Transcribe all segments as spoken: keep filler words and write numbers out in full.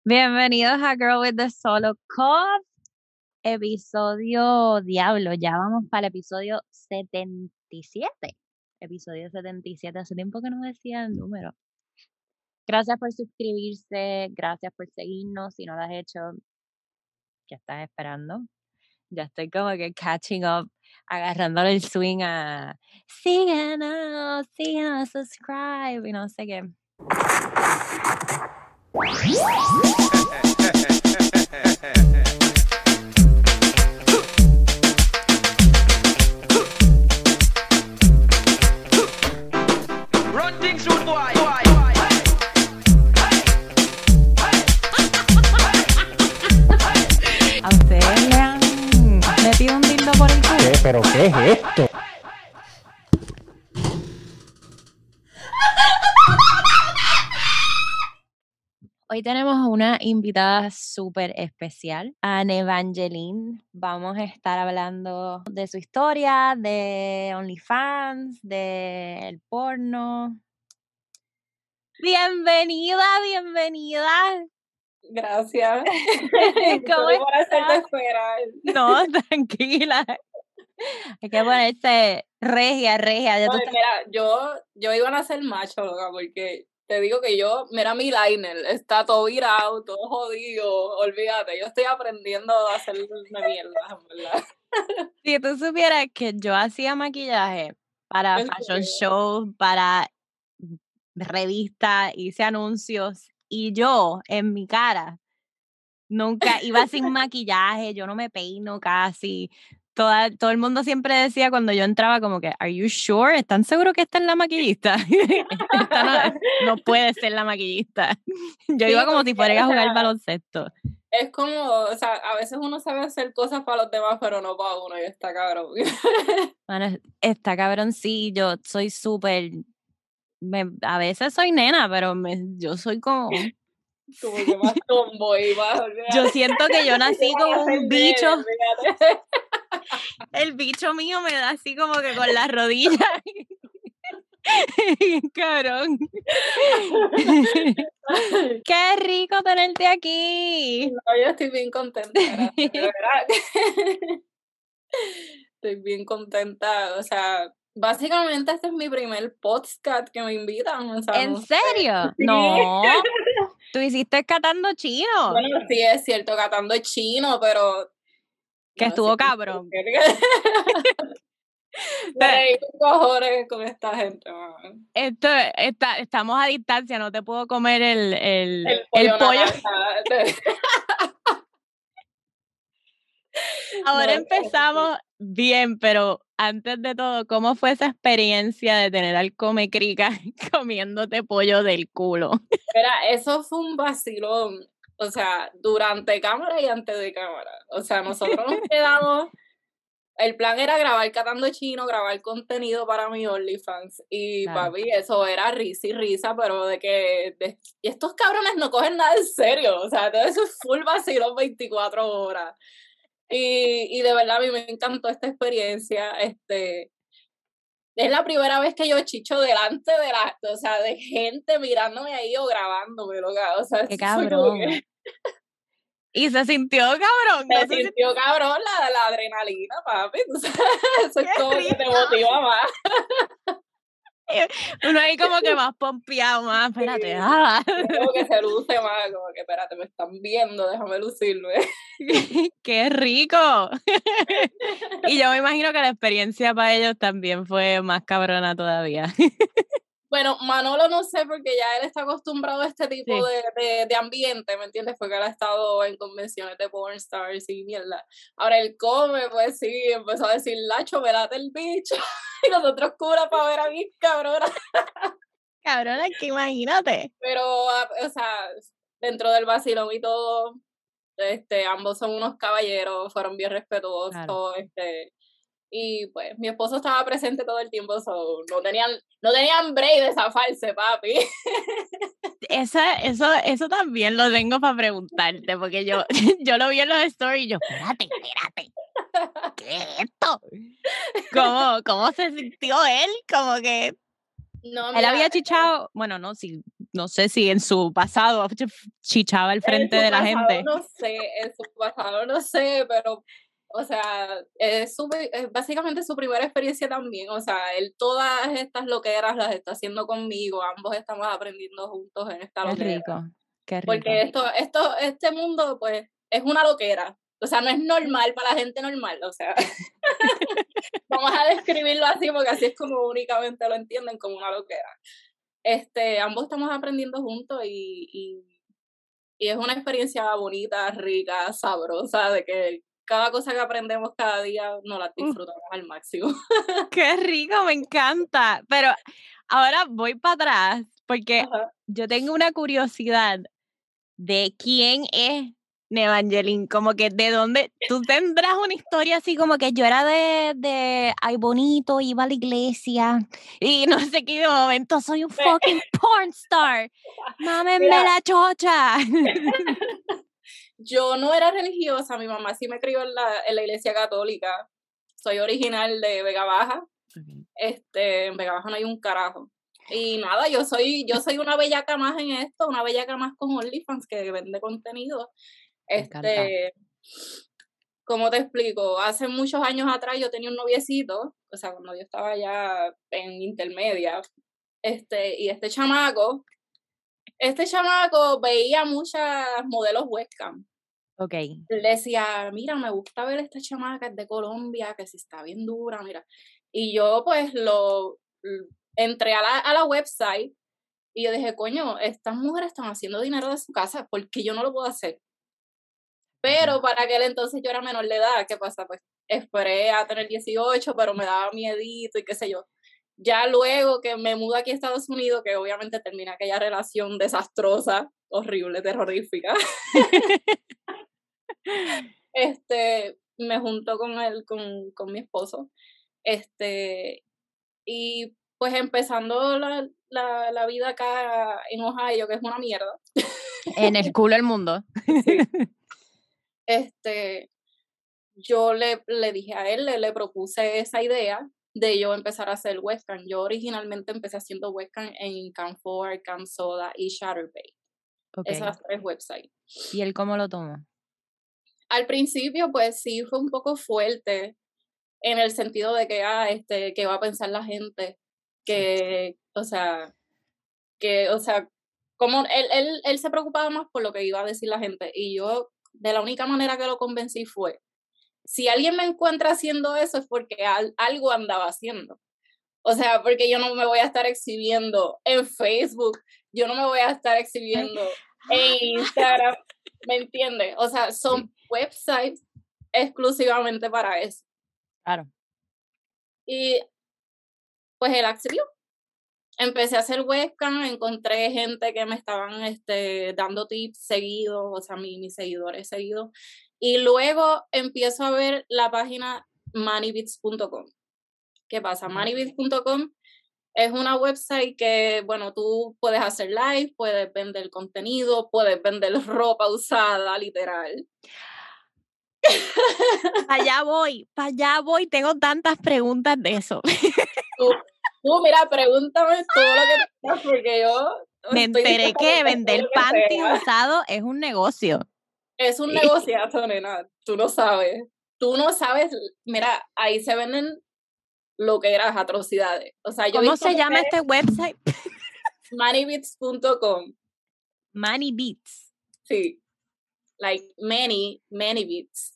Bienvenidos a Girl with the Solo Cup, episodio Diablo, ya vamos para el episodio setenta y siete. Episodio setenta y siete, hace tiempo que no decía el número. Gracias por suscribirse, gracias por seguirnos. Si no lo has hecho, ¿qué estás esperando? Ya estoy como que catching up, agarrándole el swing a síguenos, síguenos, subscribe y no sé qué. Run things road boy. ¿A ustedes le han metido un dildo por el culo? ¿Qué? ¿Pero qué es esto? Hoy tenemos una invitada súper especial, Anne Evangeline. Vamos a estar hablando de su historia, de OnlyFans, del porno. Bienvenida, bienvenida. Gracias. ¿Cómo Sorry por hacerte estás? esperar. No, tranquila. Hay que ponerse regia, regia. Ya tú Oye, estás- mira, yo, yo iba a ser macho, loca, porque te digo que yo, mira mi liner, está todo virado, todo jodido, olvídate, yo estoy aprendiendo a hacerme mierda, en verdad. Si tú supieras que yo hacía maquillaje para ¿En fashion serio? shows, para revistas, hice anuncios y yo en mi cara nunca iba sin maquillaje, yo no me peino casi. Toda, todo el mundo siempre decía cuando yo entraba como que, ¿Are you sure? ¿Están seguros que esta es la maquillista? Esta no, no puede ser la maquillista. Yo Sí, iba como si porque, fuera a o jugar sea, baloncesto. Es como, o sea, a veces uno sabe hacer cosas para los demás, pero no para uno, y está cabrón. Mano, está cabrón, sí, yo soy súper, me- a veces soy nena, pero me, yo soy como, Como que más tomboy, más, yo siento que yo nací Yo voy a con hacer un nene, bicho, fíjate. el bicho mío me da así como que con las rodillas. Bien cabrón. Qué rico tenerte aquí. No, yo estoy bien contenta, gracias, de verdad. Estoy bien contenta, o sea, básicamente este es mi primer podcast que me invitan, o sea, ¿En no sé. serio? Sí. No. Tú hiciste catando chino. Bueno, sí es cierto, catando chino, pero... Que no, estuvo sí, cabrón. Me reí con cojones con esta gente, man. Esto, está, estamos a distancia, no te puedo comer el, el, El el pollo pollo. naranja. Ahora No, empezamos bien, pero antes de todo, ¿cómo fue esa experiencia de tener al Comecrica comiéndote pollo del culo? Mira, eso fue un vacilón, o sea, durante cámara y antes de cámara. O sea, nosotros nos quedamos, el plan era grabar catando chino, grabar contenido para mi OnlyFans. Y Claro. papi, eso era risa y risa, pero de que de- y estos cabrones no cogen nada en serio. O sea, todo eso es full vacilón veinticuatro horas. Y, y de verdad a mí me encantó esta experiencia. Este, es la primera vez que yo chicho delante de la, o sea, de gente mirándome ahí o grabándome, loca. O sea, Qué eso fue como cabrón. que Y se sintió cabrón. me No sé si sintió cabrón la, la adrenalina, papi. Tú sabes, eso es Qué como que te rico. motiva más. uno ahí como que más pompeado, más, espérate. Ah. Como que se luce más, como que espérate, me están viendo, déjame lucirme. ¡Qué rico! Y yo me imagino que la experiencia para ellos también fue más cabrona todavía. Bueno, Manolo no sé, porque ya él está acostumbrado a este tipo Sí. de, de, de ambiente, ¿me entiendes? Porque él ha estado en convenciones de porn stars y mierda. Ahora él come, pues sí, empezó a decir, Lacho, me late el bicho. Y nosotros cura para ver a mí, cabrona. Cabrona, que imagínate. Pero, ah, o sea, dentro del vacilón y todo, este, ambos son unos caballeros, fueron bien respetuosos, Claro. este, y pues mi esposo estaba presente todo el tiempo, so, no tenían, no tenían break de zafarse, papi. Esa, eso, eso también lo tengo para preguntarte, porque yo, yo lo vi en los stories y yo, espérate, espérate. ¿Qué es esto? ¿Cómo, cómo se sintió él? Como que No, él mira, había chichado, bueno, no, sí, no sé si en su pasado chichaba al frente de la gente. No sé, en su pasado no sé, pero, o sea, es, su, es básicamente su primera experiencia también. O sea, él todas estas loqueras las está haciendo conmigo, ambos estamos aprendiendo juntos en esta Qué loquera. rico, qué rico. Porque esto, esto, este mundo, pues, es una loquera. O sea, no es normal para la gente normal, o sea, vamos a describirlo así porque así es como únicamente lo entienden, como una loquera. Este, ambos estamos aprendiendo juntos y, y, y es una experiencia bonita, rica, sabrosa, de que cada cosa que aprendemos cada día nos la disfrutamos uh, al máximo. ¡Qué rico! Me encanta. Pero ahora voy para atrás porque Ajá. yo tengo una curiosidad de quién es Nevangeline, como que de dónde, tú tendrás una historia así como que yo era de, de ay bonito, iba a la iglesia y no sé qué, de momento soy un fucking porn star, mámenme la chocha. Yo no era religiosa, mi mamá sí me crió en la, en la iglesia católica, soy original de Vega Baja, okay. este, en Vega Baja no hay un carajo. Y nada, yo soy, yo soy una bellaca más en esto, una bellaca más con OnlyFans que vende contenido. Este, ¿cómo te explico? Hace muchos años atrás yo tenía un noviecito, o sea, cuando yo estaba ya en intermedia, este, y este chamaco, este chamaco veía muchas modelos webcam. Ok. Le decía, mira, me gusta ver esta chamaca, es de Colombia, que si está bien dura, mira. Y yo pues lo... entré a la, a la website y yo dije, coño, estas mujeres están haciendo dinero de su casa, ¿por qué yo no lo puedo hacer? Pero para aquel entonces yo era menor de edad, ¿qué pasa? Pues esperé a tener dieciocho, pero me daba miedito y qué sé yo. Ya luego que me mudo aquí a Estados Unidos, que obviamente termina aquella relación desastrosa, horrible, terrorífica, este, me junto con él, con, con mi esposo, este, y pues empezando la, la, la vida acá en Ohio, que es una mierda. En el culo del mundo. Sí. Este, yo le, le dije a él, le, le propuse esa idea de yo empezar a hacer webcam. Yo originalmente empecé haciendo webcam en Cam four, Cam Soda y Shutterbait. Okay. Esas tres websites. ¿Y él cómo lo tomó? Al principio, pues sí, fue un poco fuerte en el sentido de que, ah, este, que va a pensar la gente, que, o sea, que, o sea, como él, él, él se preocupaba más por lo que iba a decir la gente, y yo, de la única manera que lo convencí fue, si alguien me encuentra haciendo eso es porque al, algo andaba haciendo, o sea, porque yo no me voy a estar exhibiendo en Facebook, yo no me voy a estar exhibiendo en Instagram, ¿me entiendes? O sea, son sí. websites exclusivamente para eso. Claro. Y pues él accedió. Empecé a hacer webcam, encontré gente que me estaban este, dando tips seguidos, o sea, mi, mis seguidores seguidos. Y luego empiezo a ver la página manibits punto com. ¿Qué pasa? Uh-huh. manibits punto com es una website que, bueno, tú puedes hacer live, puedes vender contenido, puedes vender ropa usada, literal. Para allá voy, para allá voy, tengo tantas preguntas de eso. Tú, tú mira, pregúntame todo lo que quieras porque yo... Me enteré que vender panty usado es un negocio. Es un negociazo, nena, tú no sabes. Tú no sabes, mira, ahí se venden lo que eran atrocidades. O sea, yo ¿Cómo se llama este website? manibits punto com. Manibits. Sí. Like many, manibits.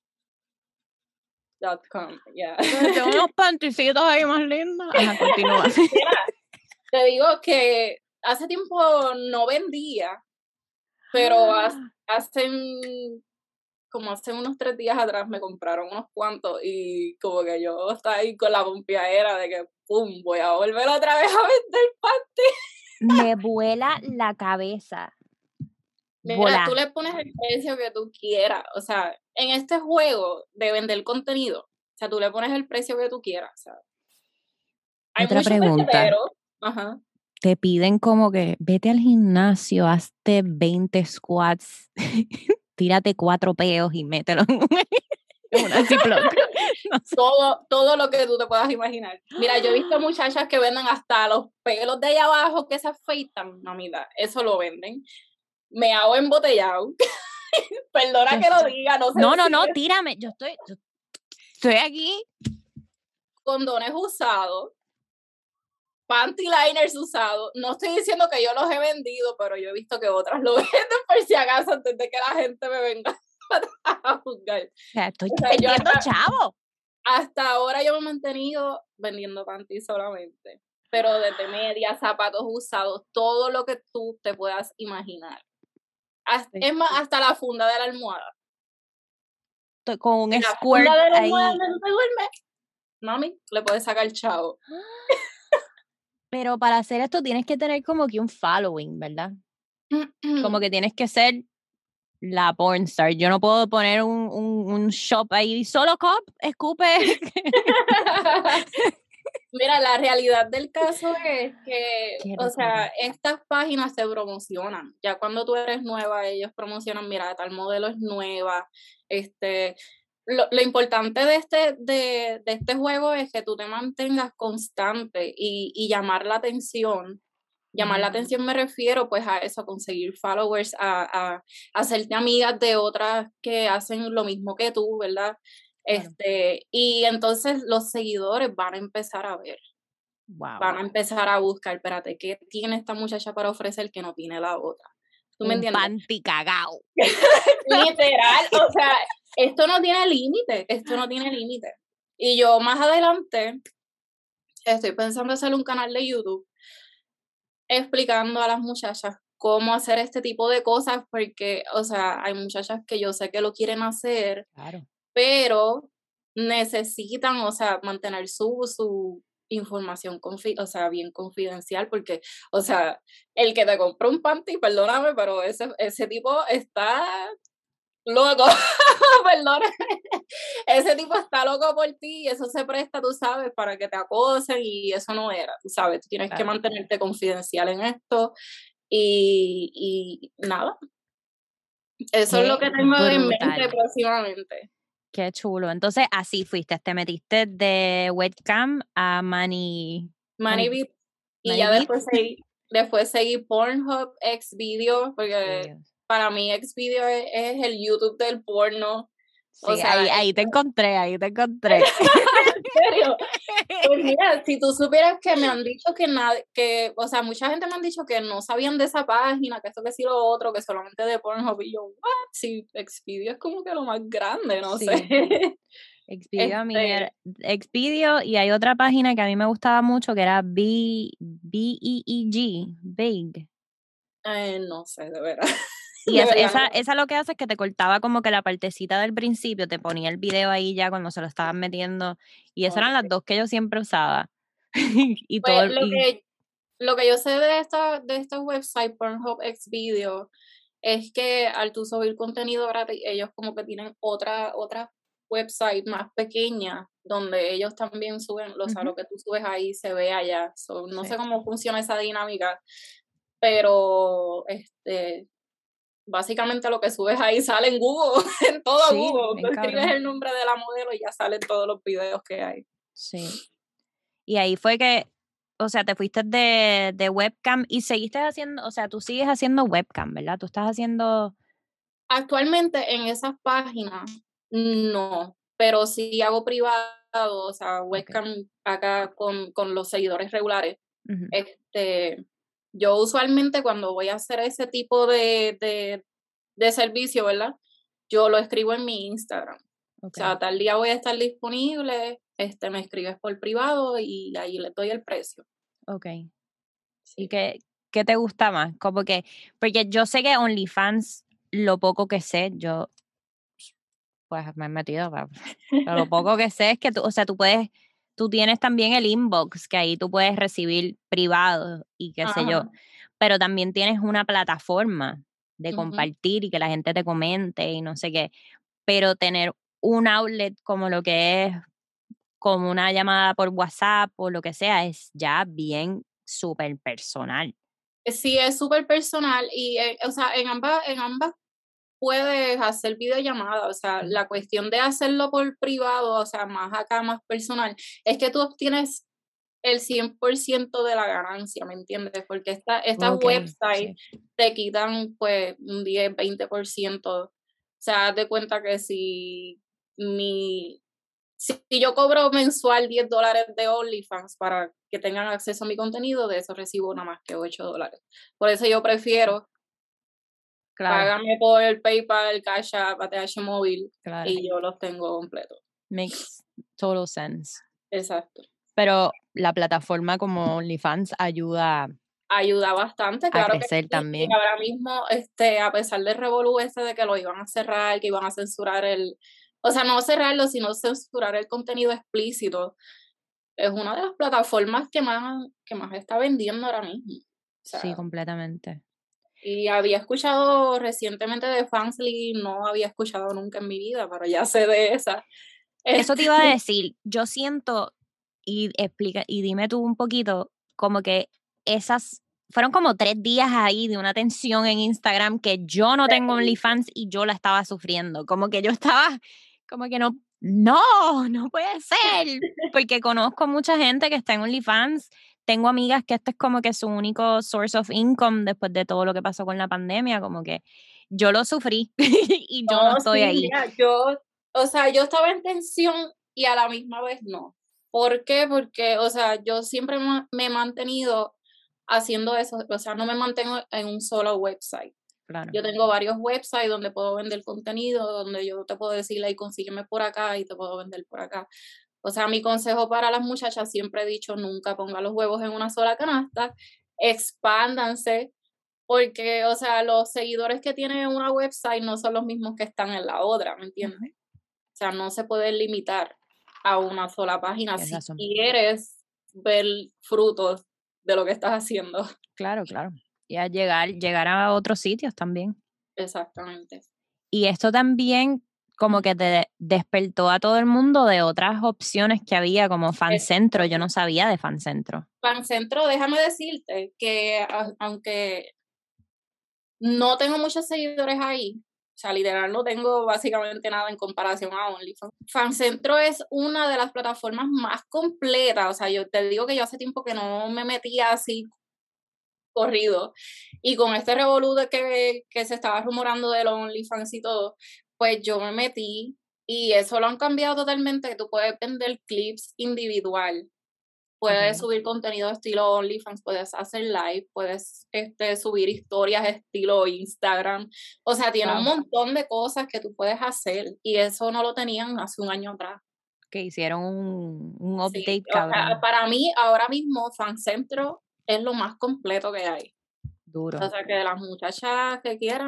Dot com, yeah. Tengo unos panticitos ahí más lindos. Ajá, continúa. Mira, te digo que hace tiempo no vendía, pero ah. hace, como hace unos tres días atrás me compraron unos cuantos y como que yo estaba ahí con la pompiadera de que pum, voy a volver otra vez a vender panty. Me vuela la cabeza. Mira, Volá. Tú le pones el precio que tú quieras, o sea, en este juego de vender contenido, o sea, tú le pones el precio que tú quieras, o sea. Hay Otra pregunta. Ajá. Te piden como que vete al gimnasio, hazte veinte squats, tírate cuatro peos y mételo. en una Ziploc. No sé. Todo, todo lo que tú te puedas imaginar. Mira, yo he visto muchachas que venden hasta los pelos de allá abajo que se afeitan, mamita, eso lo venden. Me hago embotellado. Perdona Yo que lo estoy- diga, no sé No, no, si no, es tírame. Yo estoy, yo estoy aquí. condones usados, panty liners usados. No estoy diciendo que yo los he vendido, pero yo he visto que otras lo venden por si acaso antes de que la gente me venga a juzgar. O sea, estoy O sea, yo perdiendo hasta- chavo. Hasta ahora yo me he mantenido vendiendo panty solamente, pero desde medias, zapatos usados, todo lo que tú te puedas imaginar. Hasta- Sí. es más, hasta la funda de la almohada. Estoy con un La squirt funda de la ahí. almohada donde tú te duermes, mami, le puedes sacar chavo. Pero para hacer esto tienes que tener como que un following, ¿verdad? Como que tienes que ser la pornstar. Yo no puedo poner un, un, un shop ahí, solo cop, escupe. Mira, la realidad del caso es que, Qué o sea, locura. estas páginas se promocionan. Ya cuando tú eres nueva, ellos promocionan, mira, tal modelo es nueva. Este, lo, lo importante de este, de, de este juego es que tú te mantengas constante y, y llamar la atención. Llamar la Ujú. atención me refiero pues a eso, a conseguir followers, a, a, a hacerte amigas de otras que hacen lo mismo que tú, ¿verdad? Claro. Este, y entonces los seguidores van a empezar a ver, Wow. van a empezar a buscar, espérate, ¿qué tiene esta muchacha para ofrecer que no tiene la otra? ¿Tú me Un entiendes? panty cagao. Literal, o sea, esto no tiene límite, esto no tiene límite. Y yo más adelante estoy pensando hacer un canal de YouTube explicando a las muchachas cómo hacer este tipo de cosas, porque, o sea, hay muchachas que yo sé que lo quieren hacer, Claro. pero necesitan, o sea, mantener su, su información, confi o sea, bien confidencial, porque, o sea, el que te compró un panty, perdóname, pero ese, ese tipo está loco, perdóname, ese tipo está loco por ti y eso se presta, tú sabes, para que te acosen y eso no era, tú sabes, tú tienes que Claro. mantenerte confidencial en esto y, y nada, eso es lo Qué que tengo en mente brutal. próximamente. Qué chulo. Entonces, así fuiste, te metiste de webcam a Mani. Money Mani- Beat, y Money ya Beat. después seguí, después seguí Pornhub, Xvideo, porque Videos. para mí Xvideo es, es el YouTube del porno. O Sí, sea, ahí, es- ahí te encontré, ahí te encontré. en serio. Pues mira, si tú supieras que me han dicho que nada, que, o sea, mucha gente me han dicho que no sabían de esa página, que esto que sí lo otro, que solamente de Pornhub, y yo, what? Sí, Xvideo es como que lo más grande, no Sí. sé. Expedio a mí Este- era Expedio, y hay otra página que a mí me gustaba mucho que era B, B E E G, Big. Eh, no sé, de verdad. Y De esa, verdad, esa, no. esa lo que hace es que te cortaba como que la partecita del principio, te ponía el video ahí ya cuando se lo estaban metiendo. Y esas eran las Ok. dos que yo siempre usaba. Y todo Pues el- lo y- que, lo que yo sé de esta, de estos websites, Pornhub, Xvideo, es que al tú subir contenido gratis, ellos como que tienen otra, otra website más pequeña, donde ellos también suben, o sea, Ujú. lo que tú subes ahí se ve allá. So, no Sí. sé cómo funciona esa dinámica, pero este básicamente lo que subes ahí sale en Google, en todo Sí, Google. bien Tú escribes cabrón. el nombre de la modelo y ya salen todos los videos que hay. Sí. Y ahí fue que, o sea, te fuiste de, de webcam y seguiste haciendo, o sea, tú sigues haciendo webcam, ¿verdad? Tú estás haciendo... Actualmente en esas páginas no, pero sí hago privado, o sea, webcam acá con, con los seguidores regulares. Ujú. Este, yo usualmente cuando voy a hacer ese tipo de, de, de servicio, ¿verdad? Yo lo escribo en mi Instagram. O Ok. sea, tal día voy a estar disponible, este, me escribes por privado y ahí les doy el precio. Ok. ¿Y Sí. qué, qué te gusta más? Como que, porque yo sé que OnlyFans, lo poco que sé, yo pues me he metido, pa- pero lo poco que sé es que tú, o sea, tú puedes, tú tienes también el inbox, que ahí tú puedes recibir privado y qué sé yo, Ajá. pero también tienes una plataforma de Ujú. compartir y que la gente te comente y no sé qué, pero tener un outlet como lo que es, como una llamada por WhatsApp o lo que sea, es ya bien súper personal. Sí, es súper personal y, eh, o sea, en ambas, en ambas puedes hacer videollamada, o sea, la cuestión de hacerlo por privado, o sea, más acá, más personal, es que tú obtienes el cien por ciento de la ganancia, ¿me entiendes? Porque esta, estas Okay, websites sí. te quitan pues un diez, veinte por ciento. O sea, haz de cuenta que si mi si yo cobro mensual diez dólares de OnlyFans para que tengan acceso a mi contenido, de eso recibo nada más que ocho dólares. Por eso yo prefiero Claro, págame por el PayPal, Cash App, A T H móvil claro. y yo los tengo completos. Makes total sense. Exacto. Pero la plataforma como OnlyFans ayuda Ayuda bastante, a claro que crecer sí. también. Y ahora mismo, este, a pesar del revolú este de que lo iban a cerrar, que iban a censurar el, o sea, no cerrarlo, sino censurar el contenido explícito, es una de las plataformas que más, que más está vendiendo ahora mismo. O sea, Sí, completamente. y había escuchado recientemente de Fansly, no había escuchado nunca en mi vida, pero ya sé de esa. Eso te Este, iba a decir, yo siento, y explica, y dime tú un poquito, como que esas fueron como tres días ahí de una tensión en Instagram que yo no tengo OnlyFans y yo la estaba sufriendo. Como que yo estaba, como que no, no, no puede ser. Porque conozco mucha gente que está en OnlyFans. Tengo amigas que este es como que su único source of income después de todo lo que pasó con la pandemia, como que yo lo sufrí y yo no No, estoy sí, ahí. mira, yo, o sea, yo estaba en tensión y a la misma vez no. ¿Por qué? Porque, o sea, yo siempre ma- me he mantenido haciendo eso, o sea, no me mantengo en un solo website. Claro. Yo tengo varios websites donde puedo vender contenido, donde yo te puedo decir, ahí consígueme por acá y te puedo vender por acá. O sea, mi consejo para las muchachas, siempre he dicho, nunca ponga los huevos en una sola canasta, expándanse, porque, o sea, los seguidores que tiene una website no son los mismos que están en la otra, ¿me entiendes? Ujú. O sea, no se puede limitar a una sola página Tienes si razón. quieres ver frutos de lo que estás haciendo. Claro, claro. Y a llegar, llegar a otros sitios también. Exactamente. Y esto también como que te despertó a todo el mundo de otras opciones que había, como Fancentro. Yo no sabía de Fancentro. Fancentro, déjame decirte que a- aunque no tengo muchos seguidores ahí, o sea, literal no tengo básicamente nada en comparación a OnlyFans. Fancentro es una de las plataformas más completas, o sea, yo te digo que yo hace tiempo que no me metía así corrido, y con este revolú de que, que se estaba rumorando de los OnlyFans y todo, pues yo me metí, y eso lo han cambiado totalmente, que tú puedes vender clips individual. Puedes Ok. subir contenido estilo OnlyFans, puedes hacer live, puedes este, subir historias estilo Instagram. O sea, tiene un Wow. montón de cosas que tú puedes hacer y eso no lo tenían hace un año atrás. Que hicieron un, un Sí, update o sea, cabrón. para mí ahora mismo Fancentro es lo más completo que hay. Duro. O sea, que las muchachas que quieran,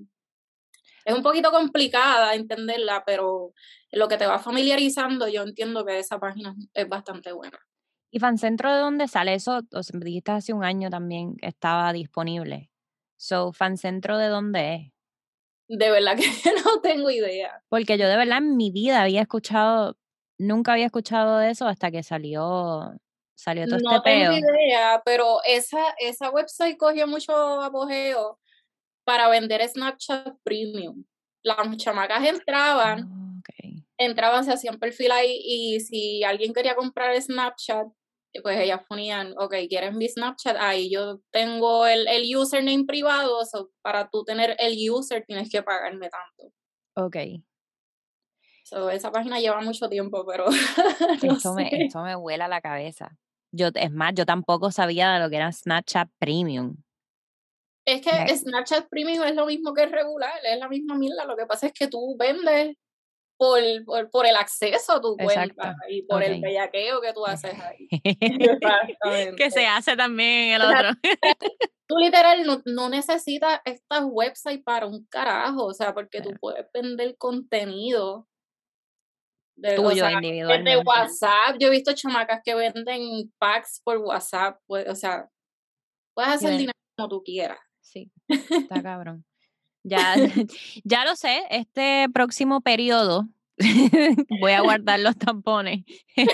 es un poquito complicada entenderla, pero lo que te va familiarizando, yo entiendo que esa página es bastante buena. ¿Y Fancentro de dónde sale? Eso, o sea, me dijiste hace un año también que estaba disponible. So, ¿Fancentro de dónde es? De verdad que no tengo idea. Porque yo de verdad en mi vida había escuchado, nunca había escuchado de eso hasta que salió, salió todo este No tengo peo. idea, pero esa, esa website cogió mucho apogeo para vender Snapchat Premium. Las chamacas entraban, Oh, ok. entraban, se hacían perfil ahí y si alguien quería comprar Snapchat, pues ellas ponían, ok, ¿quieres mi Snapchat? Ahí yo tengo el, el username privado, so para tú tener el user tienes que pagarme tanto. Ok. So, esa página lleva mucho tiempo, pero no Esto me, sé. esto me vuela la cabeza. Yo, es más, yo tampoco sabía de lo que era Snapchat Premium. Es que Me- Snapchat Premium es lo mismo que regular, es la misma mierda. Lo que pasa es que tú vendes por, por, por el acceso a tu cuenta Exacto. y por el Ok. bellaqueo que tú haces ahí. Exactamente. Que se hace también en el O sea, otro. tú literal no, no necesitas estas websites para un carajo, o sea, porque tú puedes vender contenido. De, o Tuyo sea, desde individualmente. WhatsApp, yo he visto chamacas que venden packs por WhatsApp, pues, o sea, puedes Y hacer ven, dinero como tú quieras. sí, está cabrón. Ya, ya lo sé, este próximo periodo Voy a guardar los tampones.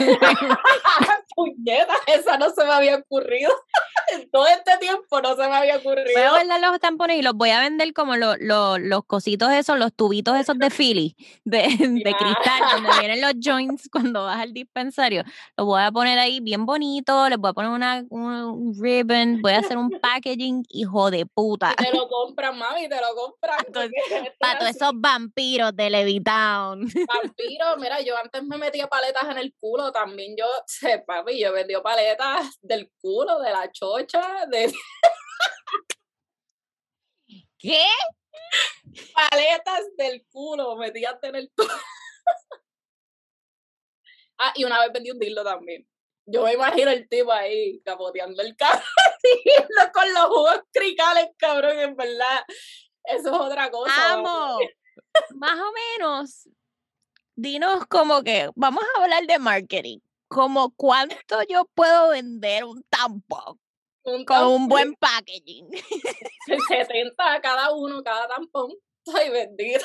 Puñeta, esa no se me había ocurrido. En todo este tiempo no se me había ocurrido. Voy a guardar los tampones y los voy a vender como los, los, los cositos esos, los tubitos esos de Philly, de, de cristal, donde vienen los joints cuando vas al dispensario. Los voy a poner ahí bien bonito, les voy a poner una, un, un ribbon, voy a hacer un packaging, hijo de puta. Y te lo compran, mami, te lo compran. Para todos esos vampiros de Levitown. Vampiros, mira, yo antes me metía paletas en el culo también. Yo, sé, papi, yo vendí paletas del culo, de la chocha, de... ¿Qué? Paletas del culo, metías en el culo. Ah, y una vez vendí un dildo también. Yo me imagino el tipo ahí capoteando el carro con los jugos cricales, cabrón, en verdad. Eso es otra cosa. Amo. Más o menos. Dinos como que, vamos a hablar de marketing. Como cuánto yo puedo vender un tampón un con tampón. Un buen packaging. setenta a cada uno, cada tampón. Ay, bendita.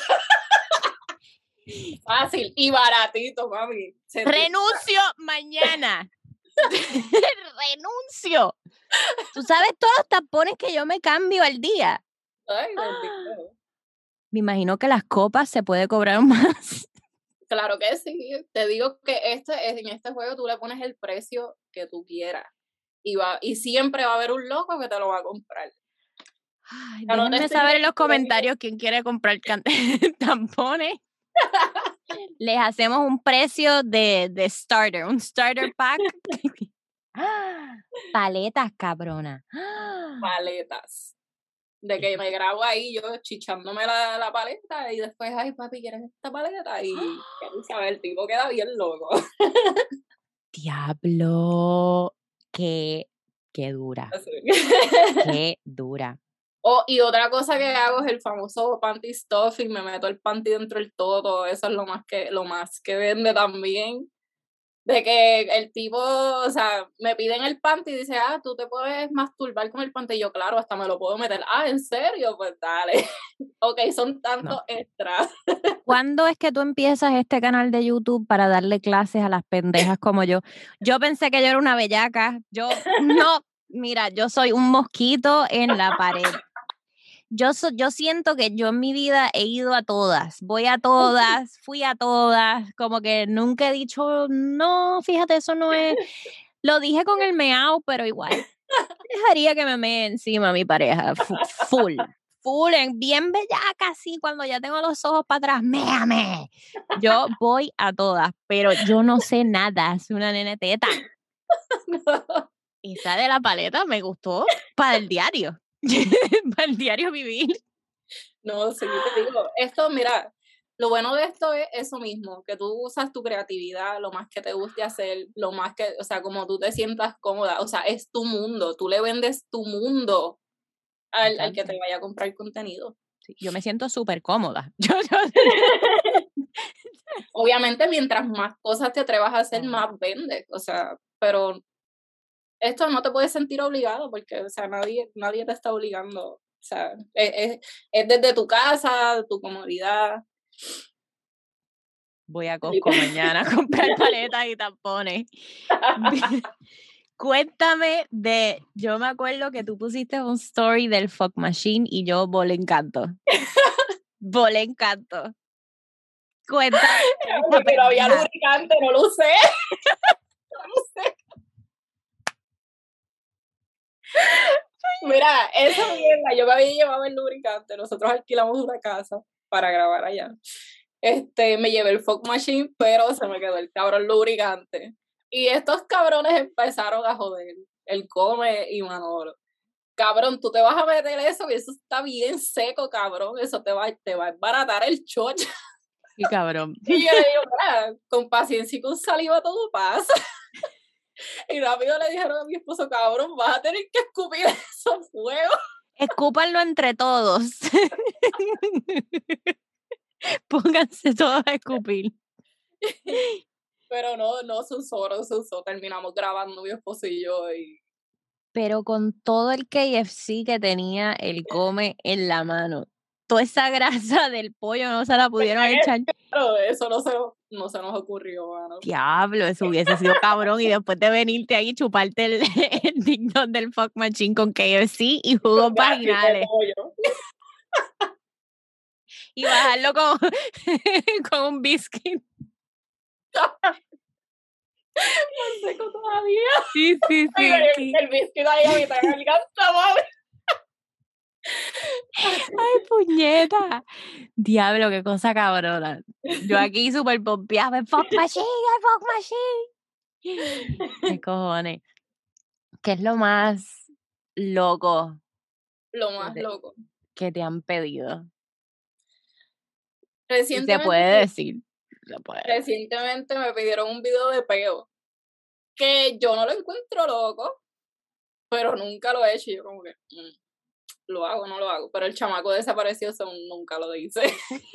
Fácil y baratito, mami. Renuncio mañana. Renuncio. Tú sabes todos los tampones que yo me cambio al día. Ay, bendito. Me imagino que las copas se puede cobrar más. Claro que sí. Te digo que este, en este juego tú le pones el precio que tú quieras. Y, va, y siempre va a haber un loco que te lo va a comprar. Ay, déjenme no saber en los comentarios quién quiere comprar tampones. Les hacemos un precio de, de starter, un starter pack. Paletas, cabrona. Paletas. De que me grabo ahí yo chichándome la, la paleta y después, ay papi, ¿quieres esta paleta? Y ¿sabes? El tipo queda bien loco. Diablo, qué, qué dura. Qué dura. Oh, y otra cosa que hago es el famoso panty stuffing, me meto el panty dentro del todo, eso es lo más que, lo más que vende también. De que el tipo, o sea, me piden el panty y dice, ah, tú te puedes masturbar con el panty. Y yo, claro, hasta me lo puedo meter. Ah, ¿en serio? Pues dale. Ok, son tantos no. extras. ¿Cuándo es que tú empiezas este canal de YouTube para darle clases a las pendejas como yo? Yo pensé que yo era una bellaca. Yo, no, mira, yo soy un mosquito en la pared. Yo, so, yo siento que yo en mi vida he ido a todas, voy a todas, fui a todas, como que nunca he dicho, no, fíjate, eso no es, lo dije con el meao, pero igual, dejaría que me mee encima mi pareja, full, full, bien bellaca, así, cuando ya tengo los ojos para atrás, méame, yo voy a todas, pero yo no sé nada, soy una nene teta. No. Esa de la paleta me gustó para el diario. Para el diario vivir. No, sí, te digo, esto, mira, lo bueno de esto es eso mismo, que tú usas tu creatividad, lo más que te guste hacer, lo más que, o sea, como tú te sientas cómoda, o sea, es tu mundo, tú le vendes tu mundo al, al que te vaya a comprar contenido. Sí, yo me siento súper cómoda. Yo, yo... Obviamente, mientras más cosas te atrevas a hacer, más vendes, o sea, pero esto no te puedes sentir obligado porque, o sea, nadie, nadie te está obligando. O sea, es, es, es desde tu casa, tu comodidad. Voy a Costco mañana a comprar paletas y tampones. Cuéntame de, yo me acuerdo que tú pusiste un story del Fuck Machine y yo volé encanto. Volé encanto. Cuéntame. Porque no había lubricante, no lo usé. No lo usé. Mira, esa mierda, yo me había llevado el lubricante, nosotros alquilamos una casa para grabar allá. Este, me llevé el Fuck Machine, pero se me quedó el cabrón lubricante. Y estos cabrones empezaron a joder, el Come y Manolo. Cabrón, tú te vas a meter eso y eso está bien seco, cabrón, eso te va, te va a embaratar el chocho. Sí, cabrón. Y yo le digo, mira, con paciencia y con saliva todo pasa. Y rápido le dijeron a mi esposo, cabrón, vas a tener que escupir esos fuegos. Escúpanlo entre todos. Pónganse todos a escupir. Pero no, no se usó, no se usó. Terminamos grabando mi esposo y yo. Y... Pero con todo el K F C que tenía el Come en la mano. toda esa grasa del pollo no se la pudieron echar. Claro, eso no se, no se nos ocurrió, mano. Diablo, eso hubiese sido cabrón. Y después de venirte ahí y chuparte el, el ding dong del fuck machine con K F C y jugos Con gato y de vaginales. pollo. Y bajarlo con, con un biscuit. No seco todavía. Sí, sí, sí. Ay, el, sí. el biscuit ahí a mitad de garganta, mami. Ay, puñeta. Diablo, qué cosa cabrona. Yo aquí súper pompeada. El fuck machine, el fuck machine. Qué cojones. ¿Qué es lo más loco Lo que más te, loco. que te han pedido? Y se Recientemente, puede decir. Se puede. recientemente me pidieron un video de peo. Que yo no lo encuentro loco, pero nunca lo he hecho. Y yo como que, mm, lo hago, no lo hago. Pero el chamaco desapareció, so nunca lo dice.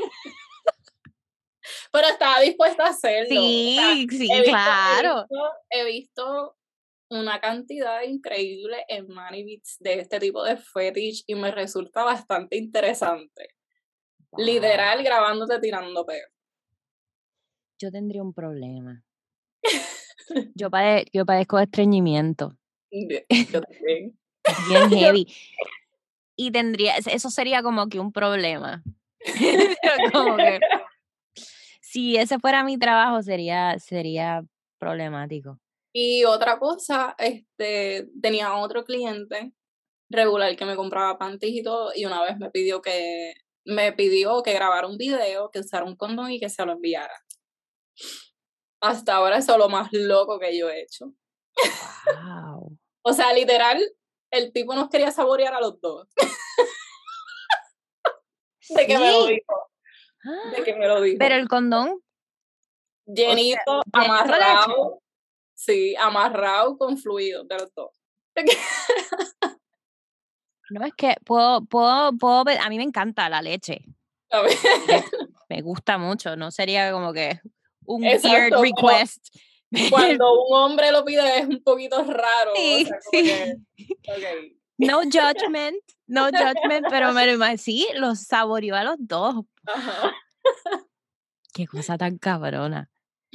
Pero estaba dispuesta a hacerlo. Sí, o sea, sí, he visto, claro. He visto, he visto una cantidad increíble en Manibits de este tipo de fetish y me resulta bastante interesante. Wow. Literal, grabándote tirando peo. Yo tendría un problema. Yo, pade yo padezco de estreñimiento. Yo también. Bien heavy. Y tendría, eso sería como que un problema. Como que si ese fuera mi trabajo sería, sería problemático. Y otra cosa, este, tenía otro cliente regular que me compraba panties y todo, y una vez me pidió que, me pidió que grabara un video, que usara un condón y que se lo enviara. Hasta ahora eso es lo más loco que yo he hecho. Wow. O sea, literal, el tipo nos quería saborear a los dos. De ¿Sí? que me lo dijo. De que me lo dijo. Pero el condón. Llenito, O sea, amarrado. Sí, amarrado con fluido de los dos. No, es que puedo, puedo, puedo, a mí me encanta la leche. A ver. Me, me gusta mucho, no sería como que un Exacto, weird request. Cuando un hombre lo pide es un poquito raro. Sí, o sea, como sí. que, okay. No judgment, no judgment, pero me lo imagino, sí, los saboreó a los dos. Ajá. Qué cosa tan cabrona.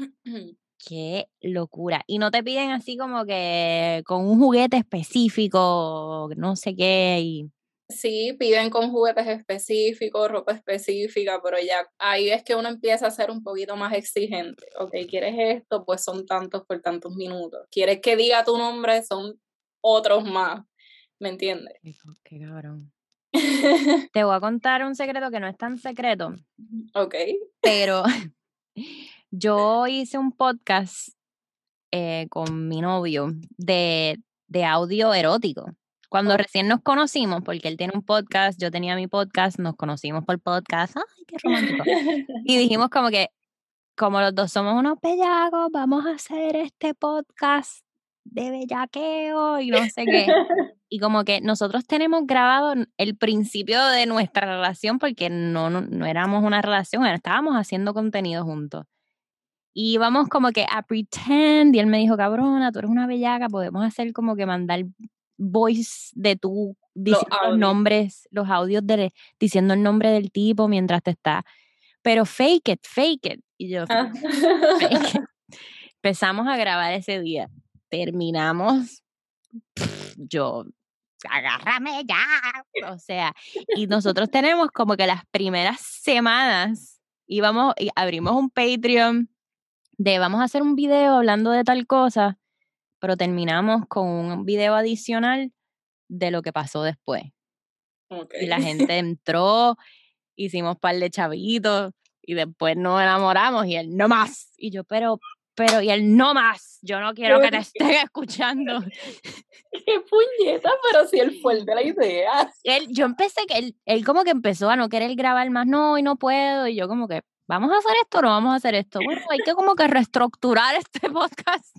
Qué locura. Y no te piden así como que con un juguete específico, no sé qué. Y... Sí, piden con juguetes específicos, ropa específica, pero ya ahí es que uno empieza a ser un poquito más exigente. Ok, ¿quieres esto? Pues son tantos por tantos minutos. ¿Quieres que diga tu nombre? Son otros más. ¿Me entiendes? Qué, qué cabrón. Te voy a contar un secreto que no es tan secreto. Ok. Pero yo hice un podcast eh, con mi novio de, de audio erótico. Cuando oh. recién nos conocimos, porque él tiene un podcast, yo tenía mi podcast, nos conocimos por podcast. ¡Ay, qué romántico! Y dijimos como que, como los dos somos unos bellacos, vamos a hacer este podcast de bellaqueo y no sé qué. Y como que nosotros tenemos grabado el principio de nuestra relación porque no, no, no éramos una relación, estábamos haciendo contenido juntos. Y íbamos como que a pretend, y él me dijo, cabrona, tú eres una bellaca, podemos hacer como que mandar voice de tú diciendo los, los nombres, los audios de, diciendo el nombre del tipo mientras te está, pero fake it, fake it. Y yo, ah. fake it. Empezamos a grabar ese día, terminamos, pff, yo, agárrame ya, o sea, y nosotros tenemos como que las primeras semanas íbamos y abrimos un Patreon de vamos a hacer un video hablando de tal cosa, pero terminamos con un video adicional de lo que pasó después. Okay. Y la gente entró, hicimos par de chavitos y después nos enamoramos y él no más. Y yo, pero, pero, y él no más. Yo no quiero que te estén escuchando. ¡Qué puñeta! Pero si él fue el de la idea. Él, yo empecé que él, él como que empezó a no querer grabar más, no, y no puedo. Y yo como que, ¿vamos a hacer esto o no vamos a hacer esto? Bueno, hay que como que reestructurar este podcast.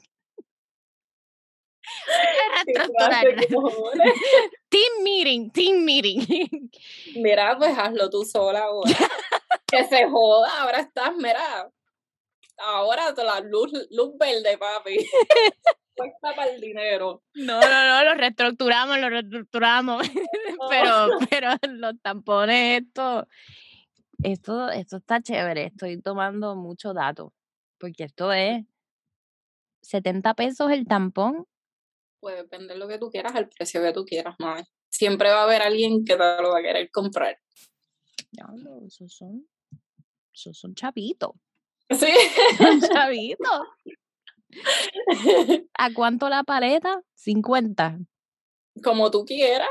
Hay que reestructurar. Team meeting, team meeting. Mira, pues hazlo tú sola ahora. Que se joda, ahora estás, mira. ahora la luz, luz verde, papi. Cuesta para el dinero. No, no, no, lo reestructuramos, lo reestructuramos. Oh. pero, pero los tampones, esto, esto, esto está chévere. Estoy tomando mucho dato. Porque esto es setenta pesos el tampón. Puede depender lo que tú quieras, el precio que tú quieras, mami. Siempre va a haber alguien que te lo va a querer comprar. Diablo, esos son, esos son chavitos. Sí. Son chavitos. ¿A cuánto la paleta? cincuenta. Como tú quieras.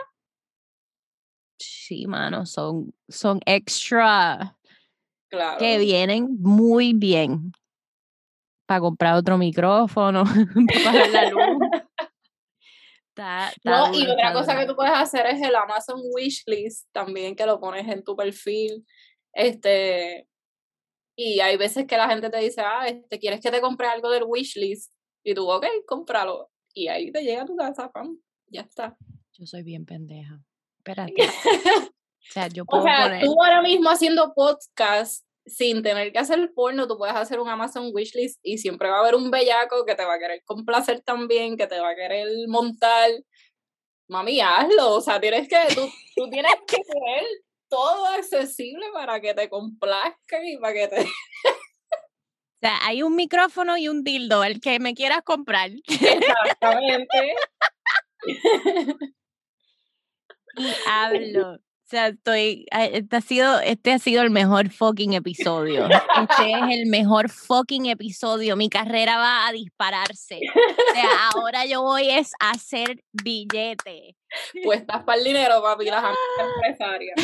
Sí, mano, son, son extra. Claro. Que vienen muy bien. Para comprar otro micrófono, para pagar la luz. Está, está No, duro, y otra está cosa duro. que tú puedes hacer es el Amazon Wishlist también, que lo pones en tu perfil. Este, y hay veces que la gente te dice, ah, este, ¿quieres que te compre algo del wishlist? Y tú, ok, cómpralo. Y ahí te llega a tu casa, pam, ya está. Yo soy bien pendeja. Espérate. O sea, yo puedo O sea, poner... tú ahora mismo haciendo podcast, sin tener que hacer porno, tú puedes hacer un Amazon Wishlist y siempre va a haber un bellaco que te va a querer complacer también, que te va a querer montar. Mami, hazlo. O sea, tienes que, tú, tú tienes que tener todo accesible para que te complazcan y para que te... O sea, hay un micrófono y un dildo, el que me quieras comprar. Exactamente. Y hablo. O sea, estoy, este ha sido, este ha sido el mejor fucking episodio. Este es el mejor fucking episodio. Mi carrera va a dispararse. O sea, ahora yo voy es a hacer billete. Pues estás para el dinero, papi, las amigas empresarias.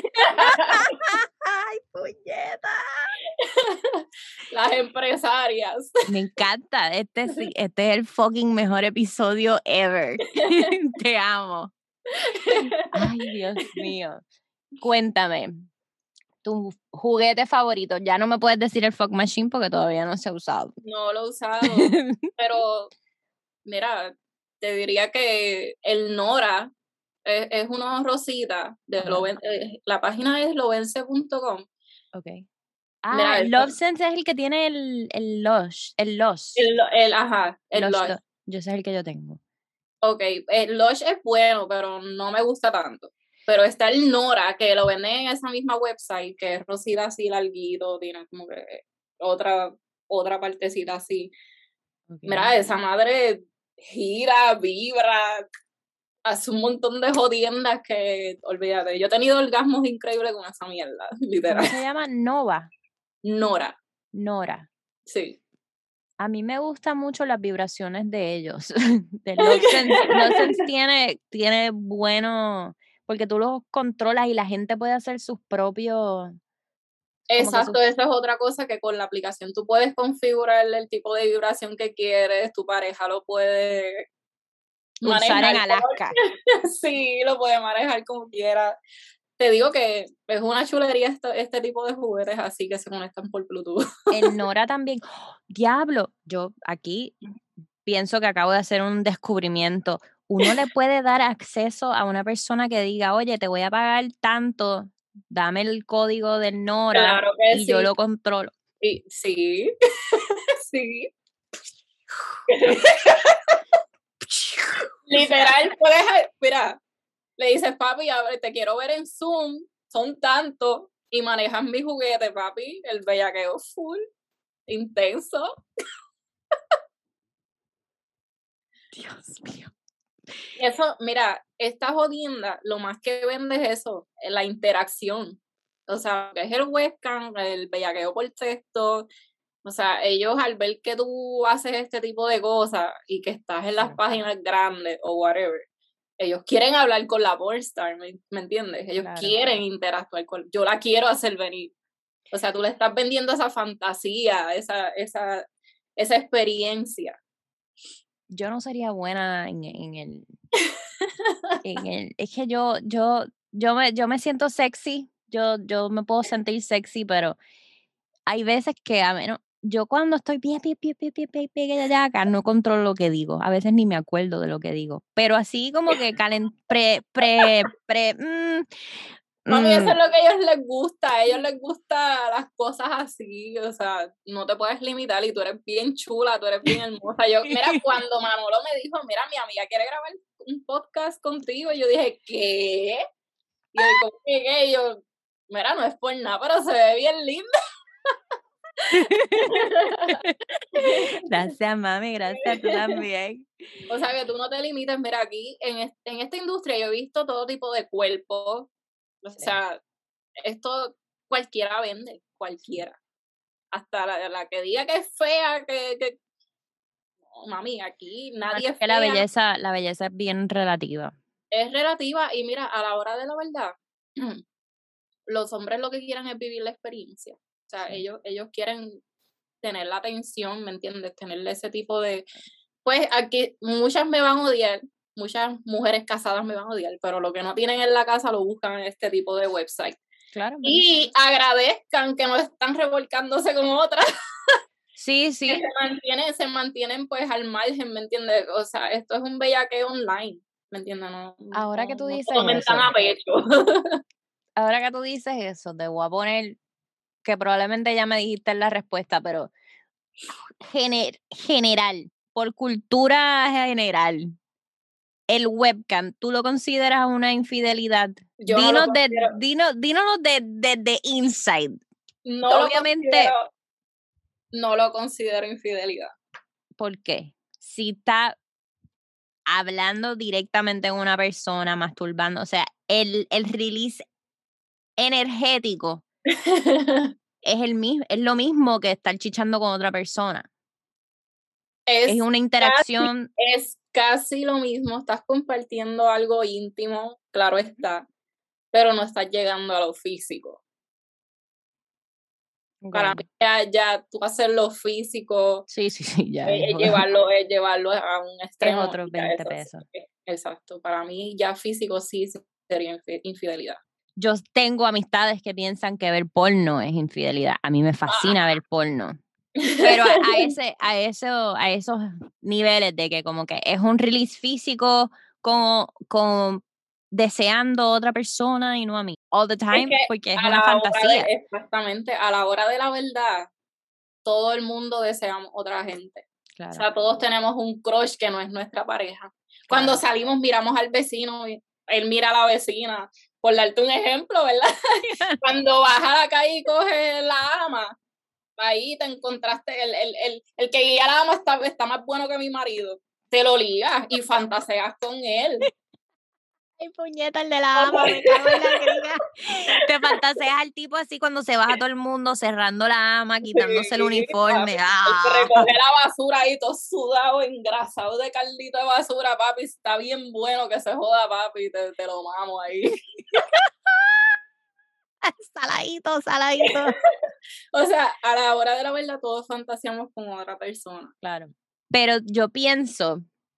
¡Ay, puñeta! Las empresarias. Me encanta. Este sí, este es el fucking mejor episodio ever. Te amo. Ay, Dios mío. Cuéntame, tu juguete favorito. Ya no me puedes decir el fuck machine porque todavía no se ha usado. No lo he usado, pero mira, te diría que el Nora es, es una rosita de Loven, eh, la página es lovence punto com. Ok. Ah, Mira, Lovesense es el que tiene el, el Lush, el Lush. El, el, ajá, el Lush, Lush. Lush. Yo sé el que yo tengo. Ok, el Lush es bueno, pero no me gusta tanto. Pero está el Nora, que lo venden en esa misma website, que es rosita así larguito, tiene como que otra, otra partecita así. Okay. Mira, esa madre gira, vibra, hace un montón de jodiendas que, olvídate, yo he tenido orgasmos increíbles con esa mierda, literal. ¿Cómo se llama? Nova. Nora. Nora. Sí. A mí me gustan mucho las vibraciones de ellos. de Lovesense. Lovesense tiene, tiene bueno, porque tú los controlas y la gente puede hacer sus propios... Exacto, sus... esa es otra cosa que con la aplicación tú puedes configurar el tipo de vibración que quieres, tu pareja lo puede manejar en Alaska. Sí, lo puede manejar como quiera. Te digo que es una chulería este, este tipo de juguetes así que se conectan por Bluetooth. El Nora también. ¡Oh, diablo! Yo aquí pienso que acabo de hacer un descubrimiento. Uno le puede dar acceso a una persona que diga, oye, te voy a pagar tanto, dame el código del Nora claro que y sí. yo lo controlo. Sí, sí. sí. Literal, puedes, mira, le dices, papi, a ver, te quiero ver en Zoom, son tantos, y manejas mi juguete, papi, el bellaqueo full, intenso. Dios mío. Eso, mira, esta jodienda, lo más que vende es eso, la interacción. O sea, es el webcam, el bellaqueo por texto. O sea, ellos al ver que tú haces este tipo de cosas y que estás en las sí. páginas grandes o whatever, ellos quieren hablar con la pornstar, ¿me, ¿me entiendes? Ellos claro, quieren claro. interactuar con... Yo la quiero hacer venir. O sea, tú le estás vendiendo esa fantasía, esa, esa, esa experiencia. Yo no sería buena en, en el... en el es que yo, yo, yo, me, yo me siento sexy, yo, yo me puedo sentir sexy, pero hay veces que a menos... Yo cuando estoy pie, pie, pie, pie, pie, pie, pie, ya acá, no controlo lo que digo. A veces ni me acuerdo de lo que digo. Pero así como que calen, pre, pre, pre, mmm, Mami, eso Mm. es lo que a ellos les gusta, a ellos les gusta las cosas así, o sea, no te puedes limitar y tú eres bien chula, tú eres bien hermosa. Yo, mira, cuando Manolo me dijo, mira, mi amiga quiere grabar un podcast contigo, yo dije, ¿qué? Y yo, ¿cómo que qué? Y yo, mira, no es por nada, pero se ve bien linda. Gracias, mami, gracias, tú también. O sea, que tú no te limites, mira, aquí en, est- en esta industria yo he visto todo tipo de cuerpos, o Sí. sea, esto cualquiera vende, cualquiera. Hasta la, la que diga que es fea, que, que... No, mami, aquí nadie es que la fea, belleza, la belleza es bien relativa. es relativa y mira, a la hora de la verdad, los hombres lo que quieren es vivir la experiencia. O sea, Sí. ellos, ellos quieren tener la atención, ¿me entiendes? Tenerle ese tipo de... Pues aquí muchas me van a odiar, muchas mujeres casadas me van a odiar, pero lo que no tienen en la casa lo buscan en este tipo de website. Claro, ¿verdad? Y agradezcan que no están revolcándose con otras. Sí, Que sí. se mantienen, se mantienen pues al margen, ¿me entiendes? O sea, esto es un bellaqueo online, ¿me entiendes? No, Ahora no, que tú no dices tomen tan eso, a pecho. ahora que tú dices eso, te voy a poner, que probablemente ya me dijiste en la respuesta, pero gener- general, por cultura general, el webcam, ¿tú lo consideras una infidelidad? Yo no lo Dinos de, considero, dinos, dínonos de, de, de inside. no lo Obviamente, considero, no lo considero infidelidad. ¿por qué? Si está hablando directamente con una persona, masturbando, o sea, el, el release energético es el mismo, es lo mismo que estar chichando con otra persona. es, Es una casi, interacción. es casi lo mismo, estás compartiendo algo íntimo, claro está, pero no estás llegando a lo físico. Para mí Okay. ya, ya tú hacer lo físico, Sí, sí, sí, ya. es, Es, es llevarlo, es llevarlo a un es extremo. otros ya veinte eso sí, pesos. exacto, para mí ya físico sí sería infi- infidelidad. Yo tengo amistades que piensan que ver porno es infidelidad. A mí me fascina ver porno. Pero a, a ese, a eso, a esos niveles de que como que es un release físico con, con deseando a otra persona y no a mí. All the time, Es que porque es a una la hora fantasía. de, exactamente, a la hora de la verdad, todo el mundo deseamos otra gente. Claro. O sea, todos tenemos un crush que no es nuestra pareja. Cuando Claro. salimos miramos al vecino, y él mira a la vecina, por darte un ejemplo, ¿verdad? Cuando vas a la calle y coges la ama, ahí te encontraste, el, el, el, el que guía la ama está, está más bueno que mi marido. Te lo ligas y fantaseas con él. Ay, puñeta, el de la ama, me cago en la griga. Te fantaseas al tipo así cuando se baja todo el mundo, cerrando la ama, quitándose el Sí, uniforme. papi. ¡Ah! El que recoge la basura ahí, todo sudado, engrasado de caldito de basura, papi. Está bien bueno que se joda, papi. Te, te lo mamo ahí. Saladito, saladito. O sea, a la hora de la verdad, todos fantaseamos con otra persona. Claro. Pero yo pienso,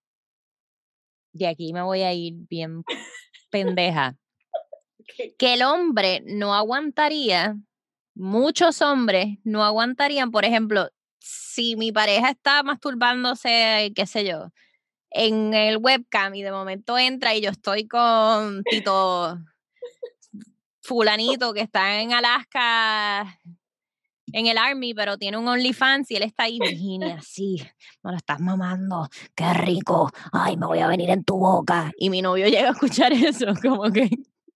y aquí me voy a ir bien pendeja, Okay. que el hombre no aguantaría, muchos hombres no aguantarían, por ejemplo, si mi pareja está masturbándose, qué sé yo, en el webcam y de momento entra y yo estoy con Tito fulanito que está en Alaska en el Army, pero tiene un OnlyFans y él está ahí, Virginia, sí, me lo estás mamando, qué rico, ay, me voy a venir en tu boca. Y mi novio llega a escuchar eso, como que...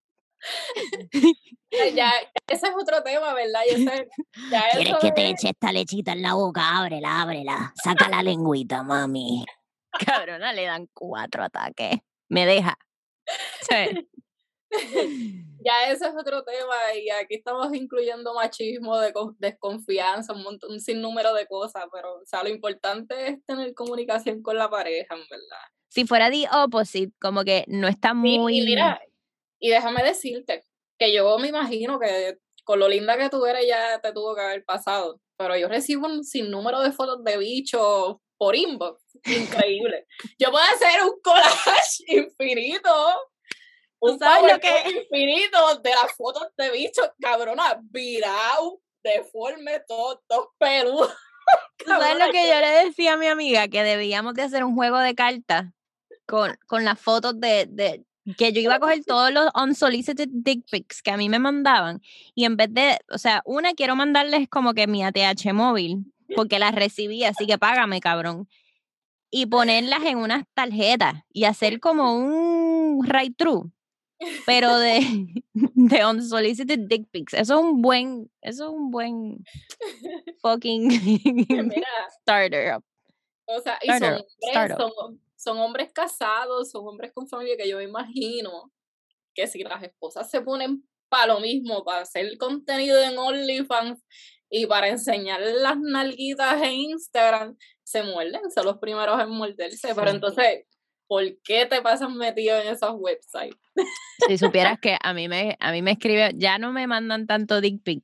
Ya, ese es otro tema, ¿verdad? Y ese, ya ¿Quieres eso que te de- eche esta lechita en la boca? Ábrela, ábrela, saca la lengüita, mami. Cabrona, le dan cuatro ataques. Me deja. Sí. ya ese es otro tema y aquí estamos incluyendo machismo, de desconfianza, un montón, un sinnúmero de cosas, pero o sea, lo importante es tener comunicación con la pareja, en verdad. Si fuera the opposite, como que no está Sí, muy... y mira, y déjame decirte que yo me imagino que con lo linda que tú eres ya te tuvo que haber pasado, pero yo recibo un sinnúmero de fotos de bichos por inbox, increíble. Yo puedo hacer un collage infinito, un ¿Sabes lo PowerPoint que- infinito de las fotos de bichos, cabrona, virado, deforme, todos todos peludos. ¿Tú sabes lo que yo le decía a mi amiga? Que debíamos de hacer un juego de cartas con, con las fotos de, de, que yo iba a coger todos los unsolicited dick pics que a mí me mandaban y en vez de, o sea, una quiero mandarles como que mi A T H móvil porque las recibí, así que págame, cabrón. Y ponerlas en unas tarjetas y hacer como un right through, pero de, de unsolicited dick pics. Eso es un buen, eso es un buen fucking Mira, starter. o sea, y Starter, son hombres, startup. son, son hombres casados, son hombres con familia que yo me imagino que si las esposas se ponen para lo mismo, para hacer contenido en OnlyFans y para enseñar las nalguitas en Instagram, se muerden, son los primeros en morderse. Pero Sí. entonces, ¿por qué te pasas metido en esos websites? Si supieras que a mí me, a mí me escribe, ya no me mandan tanto dick pic,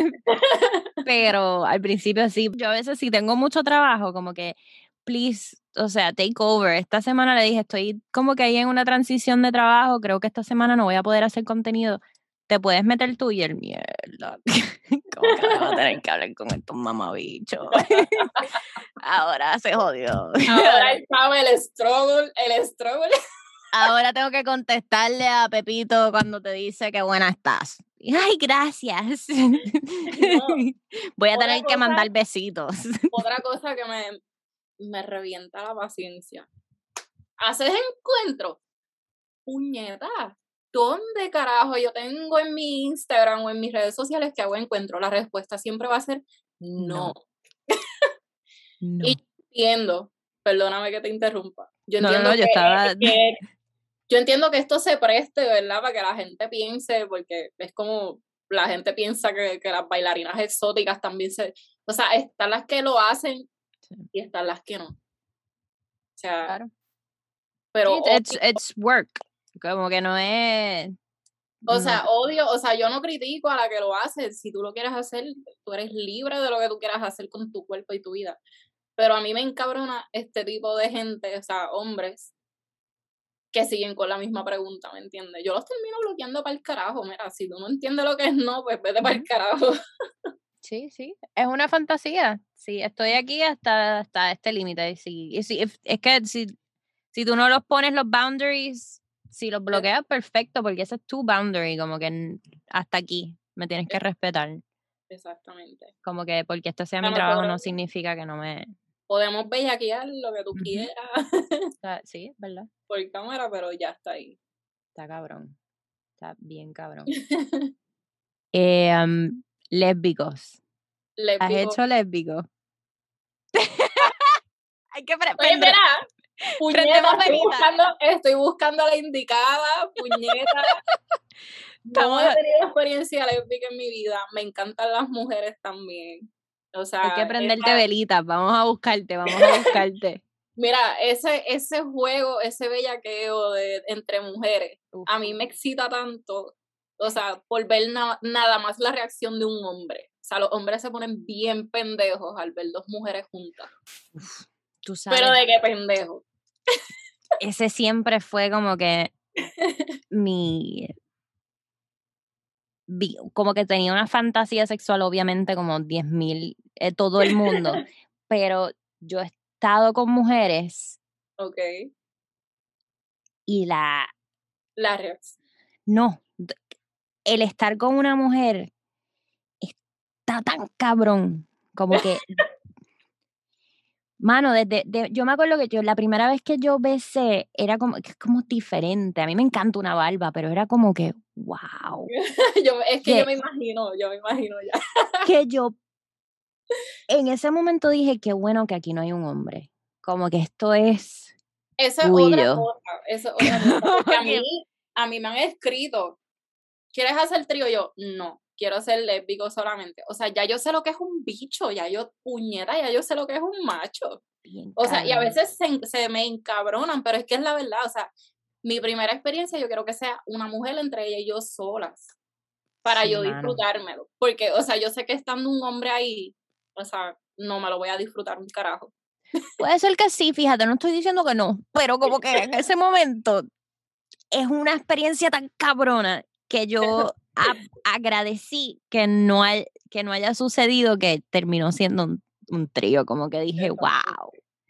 pero al principio sí. Yo a veces sí tengo mucho trabajo, como que, please, o sea, take over. Esta semana le dije, estoy como que ahí en una transición de trabajo, creo que esta semana no voy a poder hacer contenido. ¿Te puedes meter tú? Y el mierda. ¿Cómo que voy a tener que hablar con estos mamabichos? Ahora se jodió. Ahora estaba el struggle, el struggle. Ahora tengo que contestarle a Pepito cuando te dice que buena estás. Ay, gracias. No, Voy a otra tener que cosa- mandar besitos. Otra cosa que me, me revienta la paciencia. ¿Haces encuentros? Puñeta. ¿Dónde carajo yo tengo en mi Instagram o en mis redes sociales que hago encuentro? La respuesta siempre va a ser no. No. Y entiendo, perdóname que te interrumpa. Yo No, no, entiendo no, yo que, estaba- que- yo entiendo que esto se preste, ¿verdad? Para que la gente piense, porque es como la gente piensa que, que las bailarinas exóticas también se. O sea, están las que lo hacen Sí. y están las que no. O sea, Claro. pero Sí, it's, it's work. Como que no es. O no sea, te- odio, o sea, yo no critico a la que lo hace. Si tú lo quieres hacer, tú eres libre de lo que tú quieras hacer con tu cuerpo y tu vida. Pero a mí me encabrona este tipo de gente, o sea, hombres, que siguen con la misma pregunta, ¿me entiendes? Yo los termino bloqueando para el carajo. Mira, si tú no entiendes lo que es no, pues vete para el Ujú. carajo. Sí, sí. Es una fantasía. Sí, estoy aquí hasta, hasta este límite. Y sí, y sí, if- es que si, si tú no los pones los boundaries, si los bloqueas, perfecto, porque ese es tu boundary, como que n- hasta aquí me tienes que respetar. Exactamente. Como que porque este sea A mi trabajo no nosotros significa que no me... podemos bellaquear lo que tú Ujú. quieras O sea, sí, es verdad. por cámara, pero ya está ahí. Está cabrón. Está bien cabrón. Eh, um, lésbicos. Les ¿Has digo, hecho lésbico? Hay que pre- oye, prender- mira, puñeta, prendemos estoy velita. buscando, estoy buscando a la indicada, puñeta. No he Estamos- tenido experiencia lésbica en mi vida. Me encantan las mujeres también. O sea, Hay que prenderte esa- velitas. Vamos a buscarte, vamos a buscarte. mira, ese, ese juego, ese bellaqueo de, entre mujeres, Uf. a mí me excita tanto. O sea, por ver na- nada más la reacción de un hombre. O sea, los hombres se ponen bien pendejos al ver dos mujeres juntas. Tú sabes, Pero de qué pendejo. ese siempre fue como que mi... vi- como que tenía una fantasía sexual, obviamente, como diez mil, eh, todo el mundo. Pero yo he estado con mujeres Ok. y la... La reacción. No, d- el estar con una mujer está tan cabrón, como que... Mano, desde, de- yo me acuerdo que yo, la primera vez que yo besé, era como, que es como diferente. A mí me encanta una barba, pero era como que, wow. Yo, es que ¿Qué? yo me imagino, yo me imagino ya. Que yo, en ese momento dije, qué bueno que aquí no hay un hombre. Como que esto es Eso es tú y otra yo. cosa, eso es otra cosa. Porque a Como que- mí, a mí me han escrito, ¿quieres hacer trío? Yo, no, quiero ser lésbico solamente. O sea, ya yo sé lo que es un bicho, ya yo, puñeta, ya yo sé lo que es un macho. Bien O sea, y a cabrón. veces se, se me encabronan, pero es que es la verdad. O sea, mi primera experiencia yo quiero que sea una mujer entre ella y yo solas, para Sí, yo mano. disfrutármelo. Porque, o sea, yo sé que estando un hombre ahí, o sea, no me lo voy a disfrutar un carajo. Puede ser que sí, fíjate, no estoy diciendo que no, pero como que en ese momento es una experiencia tan cabrona que yo a- agradecí que no, hay, que no haya sucedido, que terminó siendo un, un trío, como que dije, wow.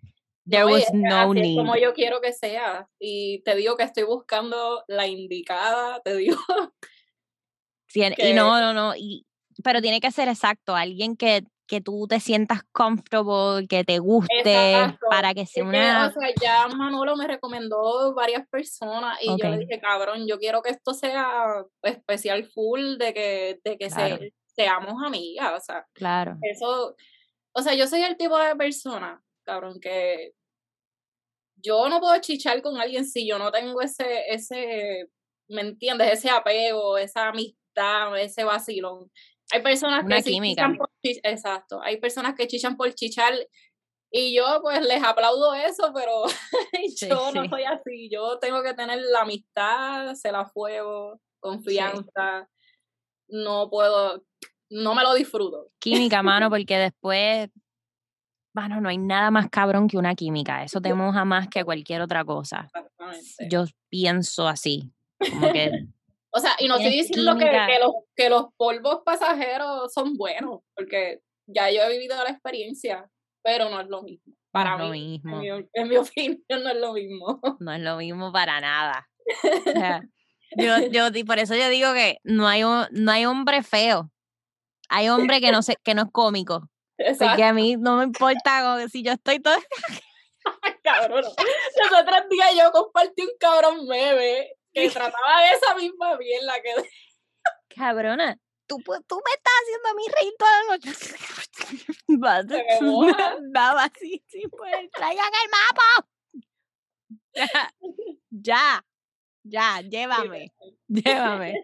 There No, y was es que no así es need. como yo quiero que sea. Y te digo que estoy buscando la indicada, te digo Sí, y que no, no, no, y, pero tiene que ser exacto, alguien que, que tú te sientas comfortable, que te guste, exacto. para que sea Es que, o una... sea, ya Manolo me recomendó varias personas y yo le Ok, dije, cabrón, yo quiero que esto sea especial full de que, de que claro, se, seamos amigas. O sea, claro. eso, o sea, yo soy el tipo de persona, cabrón, que yo no puedo chichar con alguien si yo no tengo ese, ese, ¿me entiendes? Ese apego, esa amistad, ese vacilón. Hay personas Una que sí química. chichan por chichar, exacto, hay personas que chichan por chichar y yo pues les aplaudo eso, pero Sí, yo no sí, soy así, yo tengo que tener la amistad, se la fuego, sí. confianza, no puedo, no me lo disfruto. Química, mano, porque después, bueno, no hay nada más cabrón que una química. Eso te moja más que cualquier otra cosa. Exactamente. Yo pienso así, como que O sea, y no estoy tienes diciendo que, química. que, los, que los polvos pasajeros son buenos, porque ya yo he vivido la experiencia, pero no es lo mismo. No es Para lo mí, en mismo, mi, en mi opinión, no es lo mismo. no es lo mismo para nada. O sea, yo, yo, y por eso yo digo que no hay, un- no hay hombre feo. Hay hombre que no se, que no es cómico. Porque Exacto, a mí no me importa como que si yo estoy todo. cabrón. Los otros días yo compartí un cabrón meme que trataba de esa misma mierda que Cabrona, tú, pu- tú me estás haciendo a mí reír toda la noche. Vas- se me moja. Daba así, sí, pues traigan el mapa. Ya, ya, ya, llévame, llévame.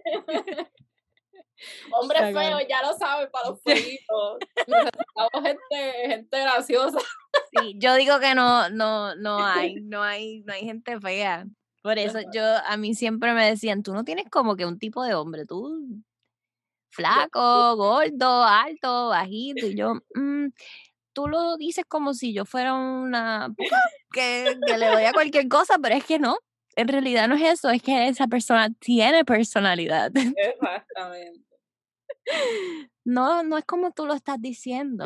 Hombre Está feo, cabrón. ya lo saben, para los feitos. Necesitamos gente, gente graciosa. Sí, yo digo que no, no, no hay, no hay, no hay gente fea. Por eso yo, a mí siempre me decían, tú no tienes como que un tipo de hombre, tú flaco, gordo, alto, bajito, y yo, mm, tú lo dices como si yo fuera una puta que, que le doy a cualquier cosa, pero es que no, en realidad no es eso, es que esa persona tiene personalidad. Exactamente. No, no es como tú lo estás diciendo.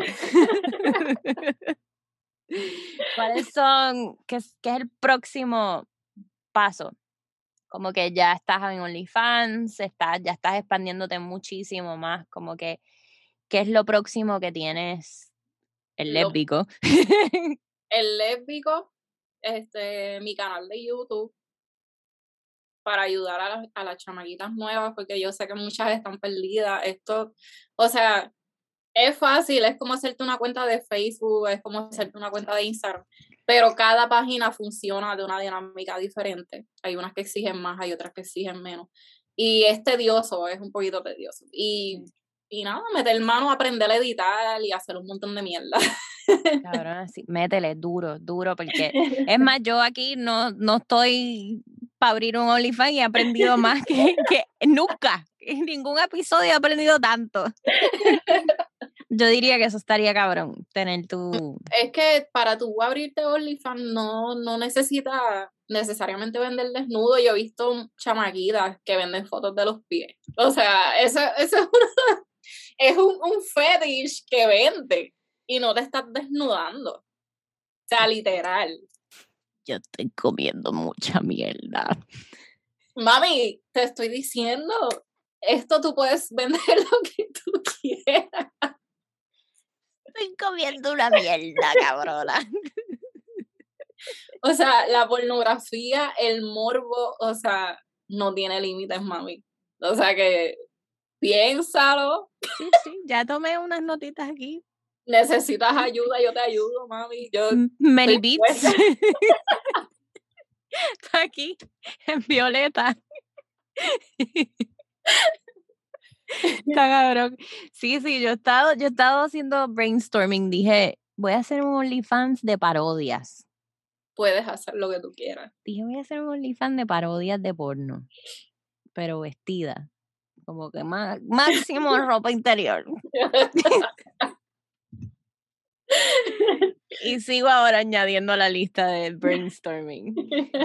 ¿Cuáles son, qué es, qué es el próximo paso? Como que ya estás en OnlyFans, estás, ya estás expandiéndote muchísimo más, como que, ¿qué es lo próximo que tienes? El Lo, lésbico. el lésbico, este, mi canal de YouTube, para ayudar a, las- a las chamaquitas nuevas, porque yo sé que muchas están perdidas. Esto, o sea, es fácil, es como hacerte una cuenta de Facebook, es como hacerte una cuenta de Instagram, pero cada página funciona de una dinámica diferente. Hay unas que exigen más, hay otras que exigen menos. Y es tedioso, es un poquito tedioso. Y, y nada, meter mano, aprender a editar y hacer un montón de mierda. Cabrón, así, métele duro, duro, porque es más, yo aquí no, no estoy para abrir un OnlyFans y he aprendido más que, que nunca. En ningún episodio he aprendido tanto. Yo diría que eso estaría cabrón, tener tu... Es que para tú abrirte OnlyFans no, no necesitas necesariamente vender desnudo. Yo he visto chamaquitas que venden fotos de los pies. O sea, eso, eso es, una- es un, un fetish que vende y no te estás desnudando. O sea, literal. Yo estoy comiendo mucha mierda. Mami, te estoy diciendo, esto tú puedes vender lo que tú quieras. Estoy comiendo una mierda, cabrona. O sea, la pornografía, el morbo, o sea, no tiene límites, mami. O sea que piénsalo, Sí, sí, ya tomé unas notitas aquí. necesitas ayuda, yo te ayudo, mami. Yo M- Many estoy Beats. puesta. Está aquí, en violeta. Está cabrón. Sí, sí, yo he estado, yo he estado haciendo brainstorming. Dije, voy a hacer un OnlyFans de parodias. Puedes hacer lo que tú quieras. Dije, voy a hacer un OnlyFans de parodias de porno, pero vestida. Como que má- máximo ropa interior. Y sigo ahora añadiendo a la lista de brainstorming.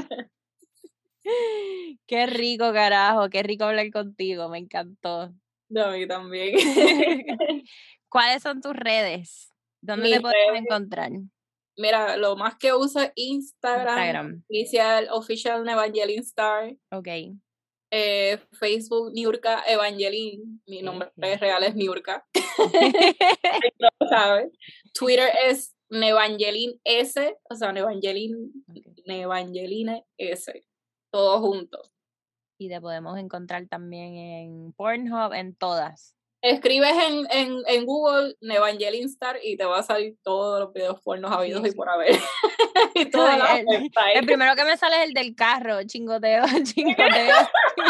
Qué rico, carajo. Qué rico hablar contigo. Me encantó. No, a mí también. ¿Cuáles son tus redes? ¿Dónde Mis te podemos redes, encontrar? Mira, lo más que uso es Instagram, Instagram. oficial, official Evangeline Star. Ok. Eh, Facebook, Niurka Evangeline. Mi nombre Okay. real es Niurka. No lo sabes. Twitter es Nevangeline S, o sea, Nevangeline, Okay. Nevangeline S. Todo junto. Y te podemos encontrar también en Pornhub, en todas. Escribes en, en, en Google Nevangeline Star y te va a salir todos los videos pornos habidos Sí, y sí. por haber. Y todas las el, el primero que me sale es el del carro, chingoteo, chingoteo.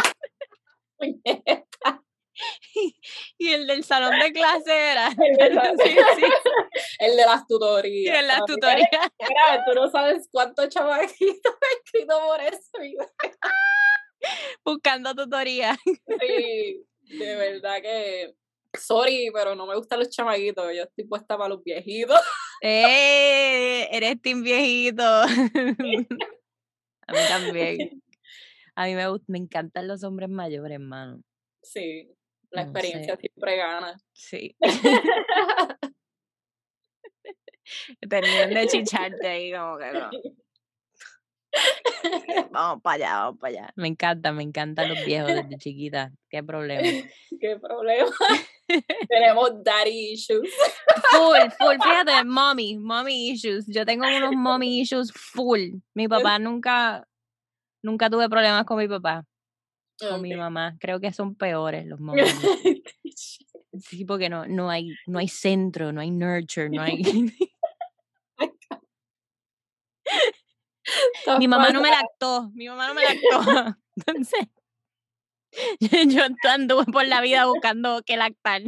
Y el del salón de clase era. El de, Sí, sí. el de las Y tutorías. en las tutorías. Mira, tú no sabes cuántos chamaquitos he escrito por eso. Buscando tutorías. Sí, de verdad que. Sorry, pero no me gustan los chamaquitos. Yo estoy puesta para los viejitos. ¡Eh! Eres team viejito. A mí también. A mí me, me encantan los hombres mayores, hermano. Sí, la No experiencia sé. siempre gana. Sí. Terminan de chicharte ahí como que no. Vamos para allá, vamos para allá. Me encanta, me encantan los viejos desde chiquita. Qué problema. Qué problema. Tenemos daddy issues. Full, full. Fíjate, mommy, mommy issues. Yo tengo unos mommy issues full. Mi papá nunca, nunca tuve problemas con mi papá. Con Okay. mi mamá. Creo que son peores los mommy issues. Sí, porque no, no hay, no hay centro, no hay nurture, no hay. Mi mamá no me lactó, mi mamá no me lactó. Entonces, yo anduve por la vida buscando que lactar.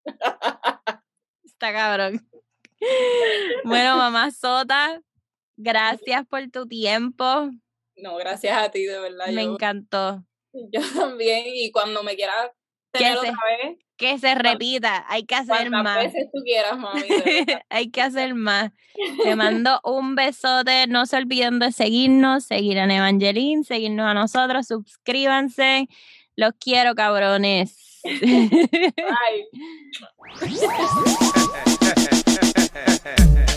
Está cabrón. Bueno, mamá Sota, gracias por tu tiempo. No, gracias a ti, de verdad. Me yo, encantó. Yo también, y cuando me quieras tener Que se, otra vez. que se repita, hay que hacer Cuantas más. veces tú quieras, mami. De verdad. Hay que hacer más. Te mando un besote. No se olviden de seguirnos, seguir a Evangeline, seguirnos a nosotros, suscríbanse. Los quiero, cabrones. Bye.